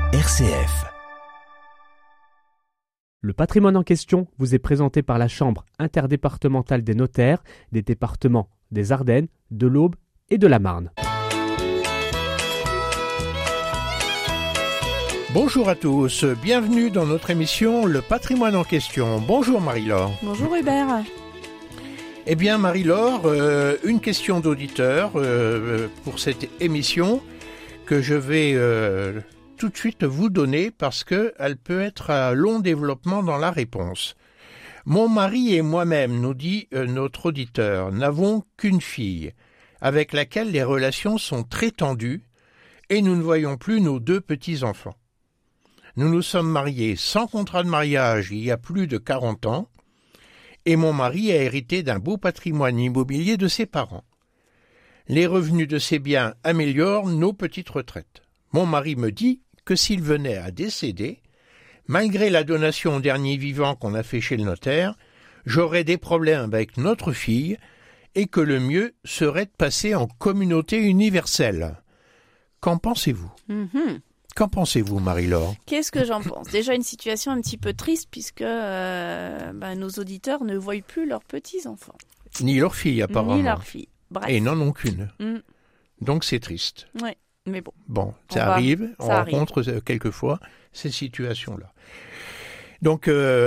RCF. Le patrimoine en question vous est présenté par la Chambre interdépartementale des notaires des départements des Ardennes, de l'Aube et de la Marne. Bonjour à tous, bienvenue dans notre émission Le patrimoine en question. Bonjour Marie-Laure. Bonjour Hubert. Eh bien Marie-Laure, une question d'auditeur pour cette émission que je vais tout de suite vous donner parce qu'elle peut être à long développement dans la réponse. Mon mari et moi-même, nous dit notre auditeur, n'avons qu'une fille avec laquelle les relations sont très tendues et nous ne voyons plus nos 2 petits-enfants. Nous nous sommes mariés sans contrat de mariage il y a plus de 40 ans et mon mari a hérité d'un beau patrimoine immobilier de ses parents. Les revenus de ces biens améliorent nos petites retraites. Mon mari me dit que s'il venait à décéder, malgré la donation au dernier vivant qu'on a fait chez le notaire, j'aurais des problèmes avec notre fille et que le mieux serait de passer en communauté universelle. Qu'en pensez-vous ? Qu'en pensez-vous, Marie-Laure ? Qu'est-ce que j'en pense ? Déjà une situation un petit peu triste puisque nos auditeurs ne voient plus leurs petits-enfants. Ni leur fille, apparemment. Ni leur fille. Bref. Et n'en ont qu'une. Donc c'est triste. Oui, mais bon. Bon, ça arrive, on rencontre quelquefois ces situations-là. Donc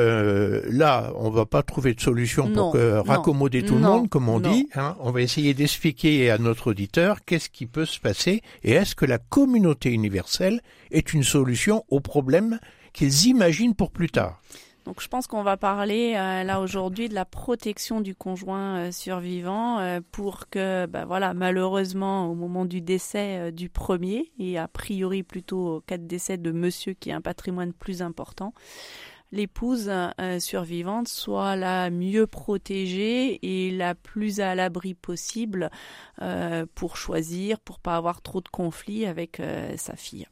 là, on ne va pas trouver de solution pour raccommoder tout le monde, comme on dit. On va essayer d'expliquer à notre auditeur qu'est-ce qui peut se passer et est-ce que la communauté universelle est une solution aux problèmes qu'ils imaginent pour plus tard. Donc je pense qu'on va parler là aujourd'hui de la protection du conjoint survivant pour que malheureusement au moment du décès du premier et a priori plutôt au cas de décès de monsieur qui a un patrimoine plus important, l'épouse survivante soit la mieux protégée et la plus à l'abri possible pour choisir, pour pas avoir trop de conflits avec sa fille.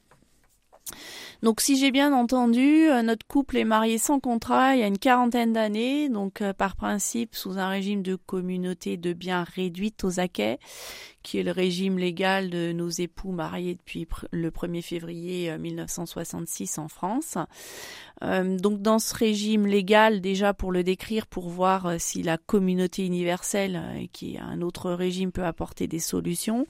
Donc si j'ai bien entendu, notre couple est marié sans contrat il y a une 40aine d'années, donc par principe sous un régime de communauté de biens réduite aux acquêts, qui est le régime légal de nos époux mariés depuis le 1er février 1966 en France. Donc dans ce régime légal, déjà pour le décrire, pour voir si la communauté universelle, qui est un autre régime, peut apporter des solutions.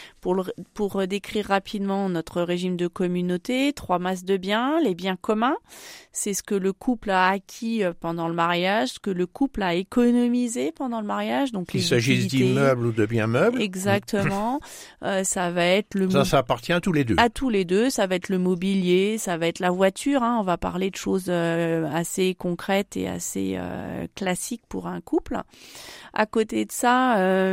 Pour décrire rapidement notre régime de communauté, 3 masses de biens, les biens communs, c'est ce que le couple a acquis pendant le mariage, ce que le couple a économisé pendant le mariage. Donc qu'il s'agisse d'immeubles ou de biens meubles. Exactement. Ça va être ça appartient à tous les deux. À tous les deux, ça va être le mobilier, ça va être la voiture. On va parler de choses assez concrètes et assez classiques pour un couple. À côté de ça,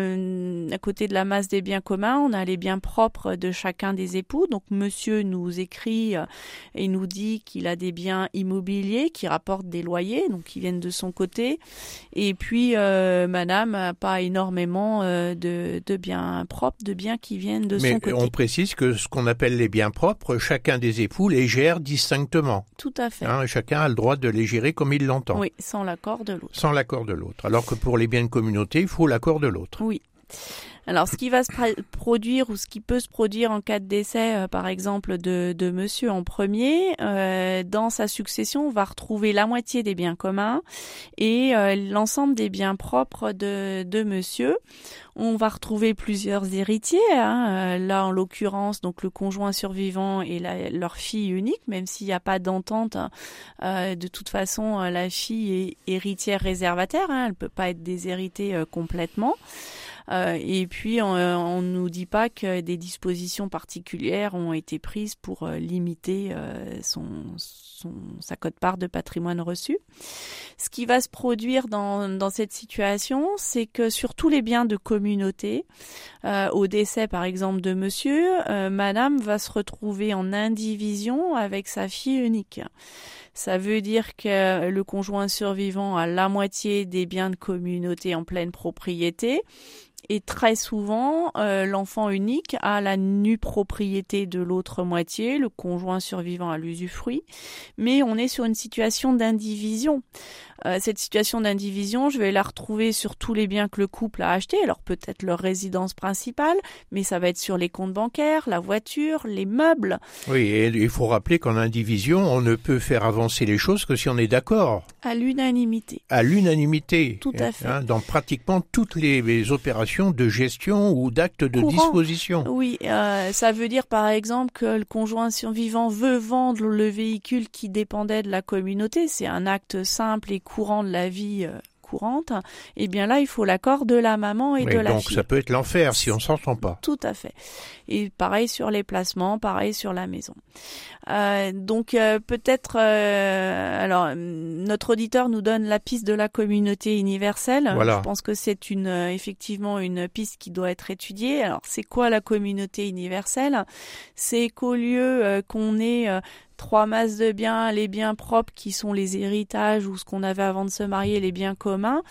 à côté de la masse des biens communs, on a les biens propres de chacun des époux. Donc monsieur nous écrit et nous dit qu'il a des biens immobiliers qui rapportent des loyers, donc qui viennent de son côté. Et puis madame n'a pas énormément de biens propres, de biens qui viennent de son côté. Mais on précise que ce qu'on appelle les biens propres, chacun des époux les gère distinctement. Tout à fait. Chacun a le droit de les gérer comme il l'entend. Oui, sans l'accord de l'autre. Sans l'accord de l'autre. Alors que pour les biens de communauté, il faut l'accord de l'autre. Oui. Alors, ce qui va se produire ou ce qui peut se produire en cas de décès, par exemple, de monsieur en premier, dans sa succession, on va retrouver la moitié des biens communs et l'ensemble des biens propres de monsieur. On va retrouver plusieurs héritiers, là en l'occurrence donc le conjoint survivant et leur fille unique, même s'il n'y a pas d'entente. De toute façon, la fille est héritière réservataire, elle peut pas être déshéritée complètement. Et puis on nous dit pas que des dispositions particulières ont été prises pour limiter sa quote-part de patrimoine reçu. Ce qui va se produire dans cette situation, c'est que sur tous les biens de communauté, au décès par exemple de monsieur, madame va se retrouver en indivision avec sa fille unique. Ça veut dire que le conjoint survivant a la moitié des biens de communauté en pleine propriété Et très souvent, l'enfant unique a la nue propriété de l'autre moitié, le conjoint survivant a l'usufruit, mais on est sur une situation d'indivision. Cette situation d'indivision, je vais la retrouver sur tous les biens que le couple a achetés, alors peut-être leur résidence principale, mais ça va être sur les comptes bancaires, la voiture, les meubles. Oui, et il faut rappeler qu'en indivision, on ne peut faire avancer les choses que si on est d'accord. À l'unanimité. À l'unanimité. Tout à fait. Dans pratiquement toutes les opérations de gestion ou d'actes de disposition. Oui, ça veut dire par exemple que le conjoint survivant veut vendre le véhicule qui dépendait de la communauté. C'est un acte simple et courant de la vie courante. Et bien là, il faut l'accord de la maman et de la donc fille. Ça peut être l'enfer si on s'entend pas. Tout à fait. Et pareil sur les placements, pareil sur la maison. Peut-être, alors notre auditeur nous donne la piste de la communauté universelle. Voilà. Je pense que c'est effectivement une piste qui doit être étudiée. Alors c'est quoi la communauté universelle? C'est qu'au lieu qu'on ait 3 masses de biens, les biens propres qui sont les héritages ou ce qu'on avait avant de se marier, les biens communs,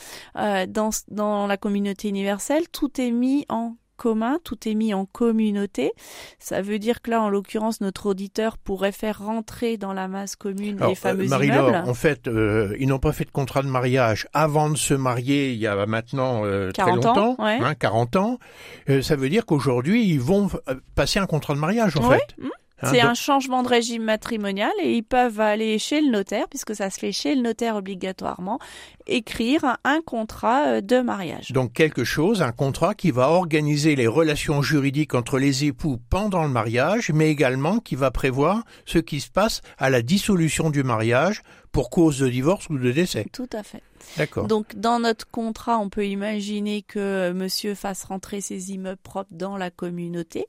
dans la communauté universelle, tout est mis en commun, tout est mis en communauté. Ça veut dire que là, en l'occurrence, notre auditeur pourrait faire rentrer dans la masse commune les fameux Marie-Laure, immeubles. en fait, ils n'ont pas fait de contrat de mariage avant de se marier il y a maintenant très longtemps, 40 ans. Ça veut dire qu'aujourd'hui, ils vont passer un contrat de mariage, en fait. C'est un changement de régime matrimonial et ils peuvent aller chez le notaire, puisque ça se fait chez le notaire obligatoirement, écrire un contrat de mariage. Donc un contrat qui va organiser les relations juridiques entre les époux pendant le mariage, mais également qui va prévoir ce qui se passe à la dissolution du mariage pour cause de divorce ou de décès. Tout à fait. D'accord. Donc, dans notre contrat, on peut imaginer que monsieur fasse rentrer ses immeubles propres dans la communauté.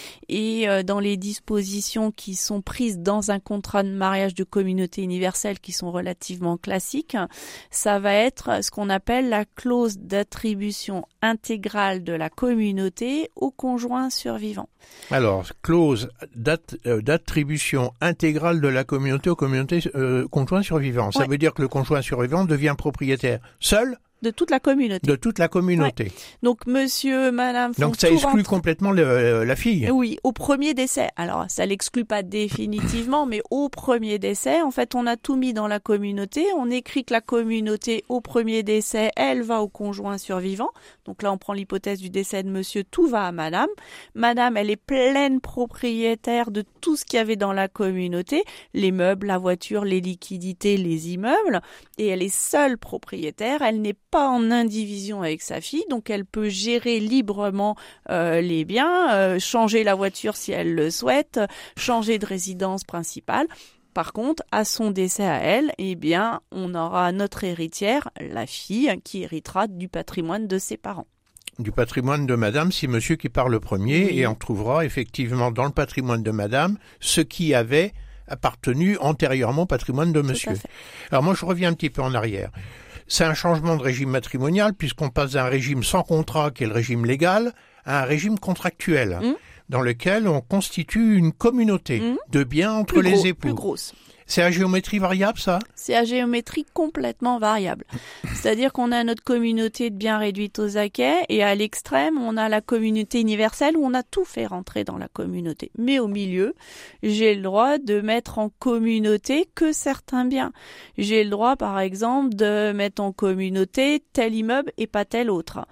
Et dans les dispositions qui sont prises dans un contrat de mariage de communauté universelle qui sont relativement classiques, ça va être ce qu'on appelle la clause d'attribution intégrale de la communauté au conjoint survivant. Alors, clause d'attribution intégrale de la communauté au conjoint survivant. Ça veut dire que le conjoint survivant devient propriétaire seul de toute la communauté. De toute la communauté. Ouais. Donc, monsieur, madame... Donc, ça exclut complètement la fille. Oui, au premier décès. Alors, ça l'exclut pas définitivement, mais au premier décès, en fait, on a tout mis dans la communauté. On écrit que la communauté, au premier décès, elle va au conjoint survivant. Donc là, on prend l'hypothèse du décès de monsieur, tout va à madame. Madame, elle est pleine propriétaire de tout ce qu'il y avait dans la communauté. Les meubles, la voiture, les liquidités, les immeubles. Et elle est seule propriétaire. Elle n'est pas en indivision avec sa fille, donc elle peut gérer librement les biens, changer la voiture si elle le souhaite, changer de résidence principale. Par contre, à son décès à elle, eh bien, on aura notre héritière, la fille, qui héritera du patrimoine de ses parents. Du patrimoine de madame, c'est monsieur qui part le premier, oui. Et on trouvera effectivement dans le patrimoine de madame ce qui avait appartenu antérieurement au patrimoine de monsieur. Alors moi, je reviens un petit peu en arrière. C'est un changement de régime matrimonial puisqu'on passe d'un régime sans contrat, qui est le régime légal, à un régime contractuel, dans lequel on constitue une communauté de biens entre les époux. Plus grosse. C'est à géométrie variable, ça? C'est à géométrie complètement variable. C'est-à-dire qu'on a notre communauté de biens réduite aux acquets et à l'extrême, on a la communauté universelle où on a tout fait rentrer dans la communauté. Mais au milieu, j'ai le droit de mettre en communauté que certains biens. J'ai le droit, par exemple, de mettre en communauté tel immeuble et pas tel autre.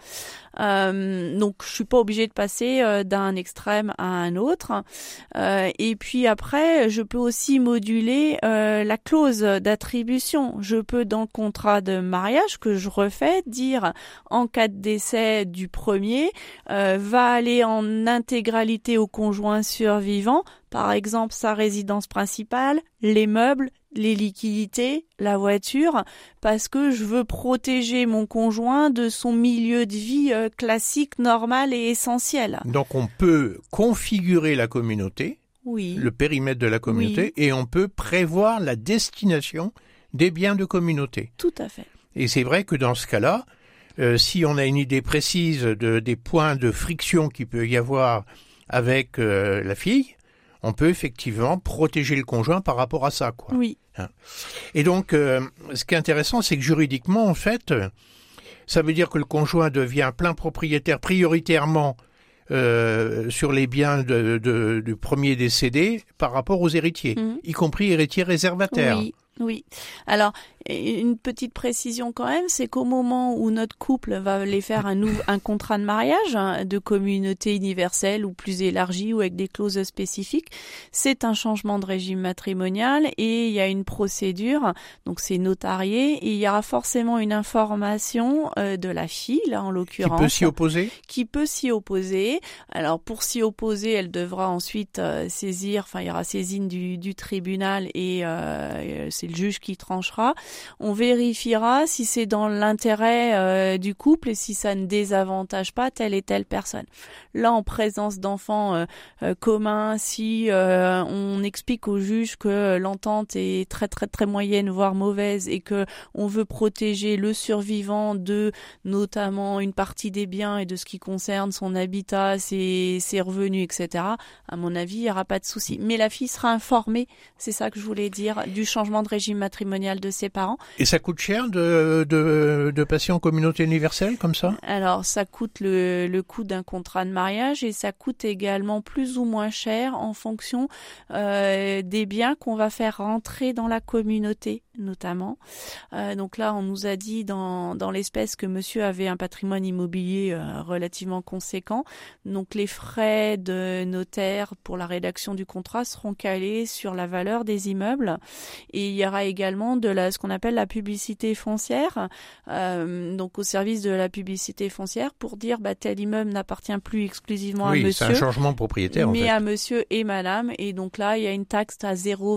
Donc je suis pas obligée de passer d'un extrême à un autre. Et puis après, je peux aussi moduler la clause d'attribution. Je peux dans le contrat de mariage que je refais dire en cas de décès du premier, va aller en intégralité au conjoint survivant, par exemple sa résidence principale, les meubles, les liquidités, la voiture, parce que je veux protéger mon conjoint de son milieu de vie classique, normal et essentiel. Donc on peut configurer la communauté, le périmètre de la communauté, et on peut prévoir la destination des biens de communauté. Tout à fait. Et c'est vrai que dans ce cas-là, si on a une idée précise des points de friction qu'il peut y avoir avec la fille, on peut effectivement protéger le conjoint par rapport à ça, quoi. Oui. Et donc, ce qui est intéressant, c'est que juridiquement, en fait, Ça veut dire que le conjoint devient plein propriétaire prioritairement sur les biens du premier décédé par rapport aux héritiers, y compris héritiers réservataires. Oui. Alors, une petite précision quand même, c'est qu'au moment où notre couple va aller faire un contrat de mariage, de communauté universelle ou plus élargie ou avec des clauses spécifiques, c'est un changement de régime matrimonial et il y a une procédure, donc c'est notarié, et il y aura forcément une information de la fille, là en l'occurrence. Qui peut s'y opposer ? Qui peut s'y opposer. Alors, pour s'y opposer, elle devra ensuite il y aura saisine du tribunal et c'est le juge qui tranchera. On vérifiera si c'est dans l'intérêt du couple et si ça ne désavantage pas telle et telle personne. Là, en présence d'enfants communs, si on explique au juge que l'entente est très très très moyenne, voire mauvaise, et que on veut protéger le survivant de notamment une partie des biens et de ce qui concerne son habitat, ses revenus, etc., à mon avis, il n'y aura pas de souci. Mais la fille sera informée, c'est ça que je voulais dire, du changement de régime matrimonial de ses parents. Et ça coûte cher de passer en communauté universelle comme ça ? Alors, ça coûte le coût d'un contrat de mariage et ça coûte également plus ou moins cher en fonction des biens qu'on va faire rentrer dans la communauté, notamment. Donc là, on nous a dit dans l'espèce que monsieur avait un patrimoine immobilier relativement conséquent. Donc les frais de notaire pour la rédaction du contrat seront calés sur la valeur des immeubles. Et il y aura également ce qu'on appelle la publicité foncière, donc au service de la publicité foncière pour dire tel immeuble n'appartient plus exclusivement à monsieur. Oui, c'est un changement de propriétaire mais en fait. à monsieur et madame. Et donc là, il y a une taxe à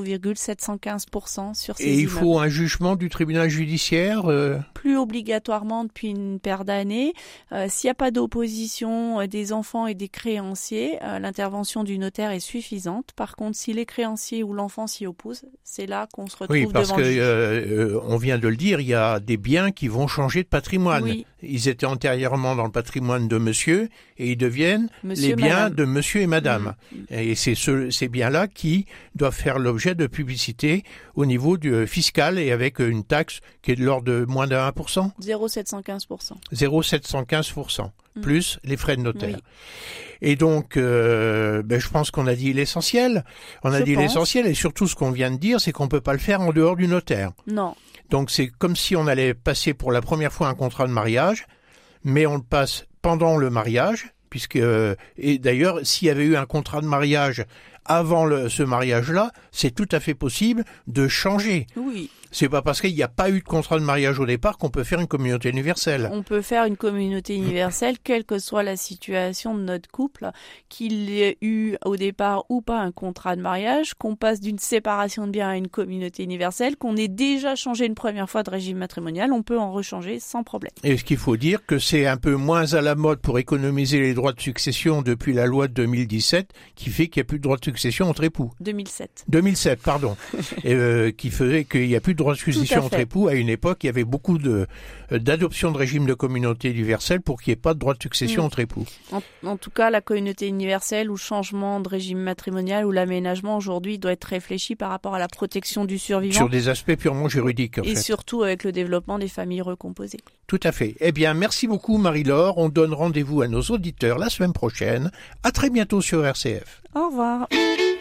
0,715% sur ces immeubles. Et il faut un jugement du tribunal judiciaire Plus obligatoirement depuis une paire d'années. S'il n'y a pas d'opposition des enfants et des créanciers, l'intervention du notaire est suffisante. Par contre, si les créanciers ou l'enfant s'y opposent, c'est là qu'on se retrouve devant le juge. Oui, parce que on vient de le dire, il y a des biens qui vont changer de patrimoine. Oui. Ils étaient antérieurement dans le patrimoine de monsieur et ils deviennent les biens madame. de monsieur et madame. Et c'est ces biens-là qui doivent faire l'objet de publicité au niveau du fiscal et avec une taxe qui est de l'ordre de moins de 1%. 0,715%. 0,715%. Plus les frais de notaire. Oui. Et donc, je pense qu'on a dit l'essentiel. On a dit l'essentiel et surtout ce qu'on vient de dire, c'est qu'on peut pas le faire en dehors du notaire. Non. Donc c'est comme si on allait passer pour la première fois un contrat de mariage, mais on le passe pendant le mariage, puisque et d'ailleurs s'il y avait eu un contrat de mariage avant ce mariage-là, c'est tout à fait possible de changer. Oui. C'est pas parce qu'il n'y a pas eu de contrat de mariage au départ qu'on peut faire une communauté universelle. On peut faire une communauté universelle, quelle que soit la situation de notre couple, qu'il ait eu au départ ou pas un contrat de mariage, qu'on passe d'une séparation de biens à une communauté universelle, qu'on ait déjà changé une première fois de régime matrimonial, on peut en rechanger sans problème. Et ce qu'il faut dire que c'est un peu moins à la mode pour économiser les droits de succession depuis la loi de 2017, qui fait qu'il n'y a plus de droits de succession entre époux. 2007, pardon. Qui faisait qu'il n'y a plus de droits de succession entre époux. À une époque, il y avait beaucoup d'adoption de régime de communauté universelle pour qu'il n'y ait pas de droit de succession entre époux. En tout cas, la communauté universelle ou changement de régime matrimonial ou l'aménagement aujourd'hui doit être réfléchi par rapport à la protection du survivant. Sur des aspects purement juridiques, en fait. Et surtout avec le développement des familles recomposées. Tout à fait. Eh bien, merci beaucoup Marie-Laure. On donne rendez-vous à nos auditeurs la semaine prochaine. À très bientôt sur RCF. Au revoir.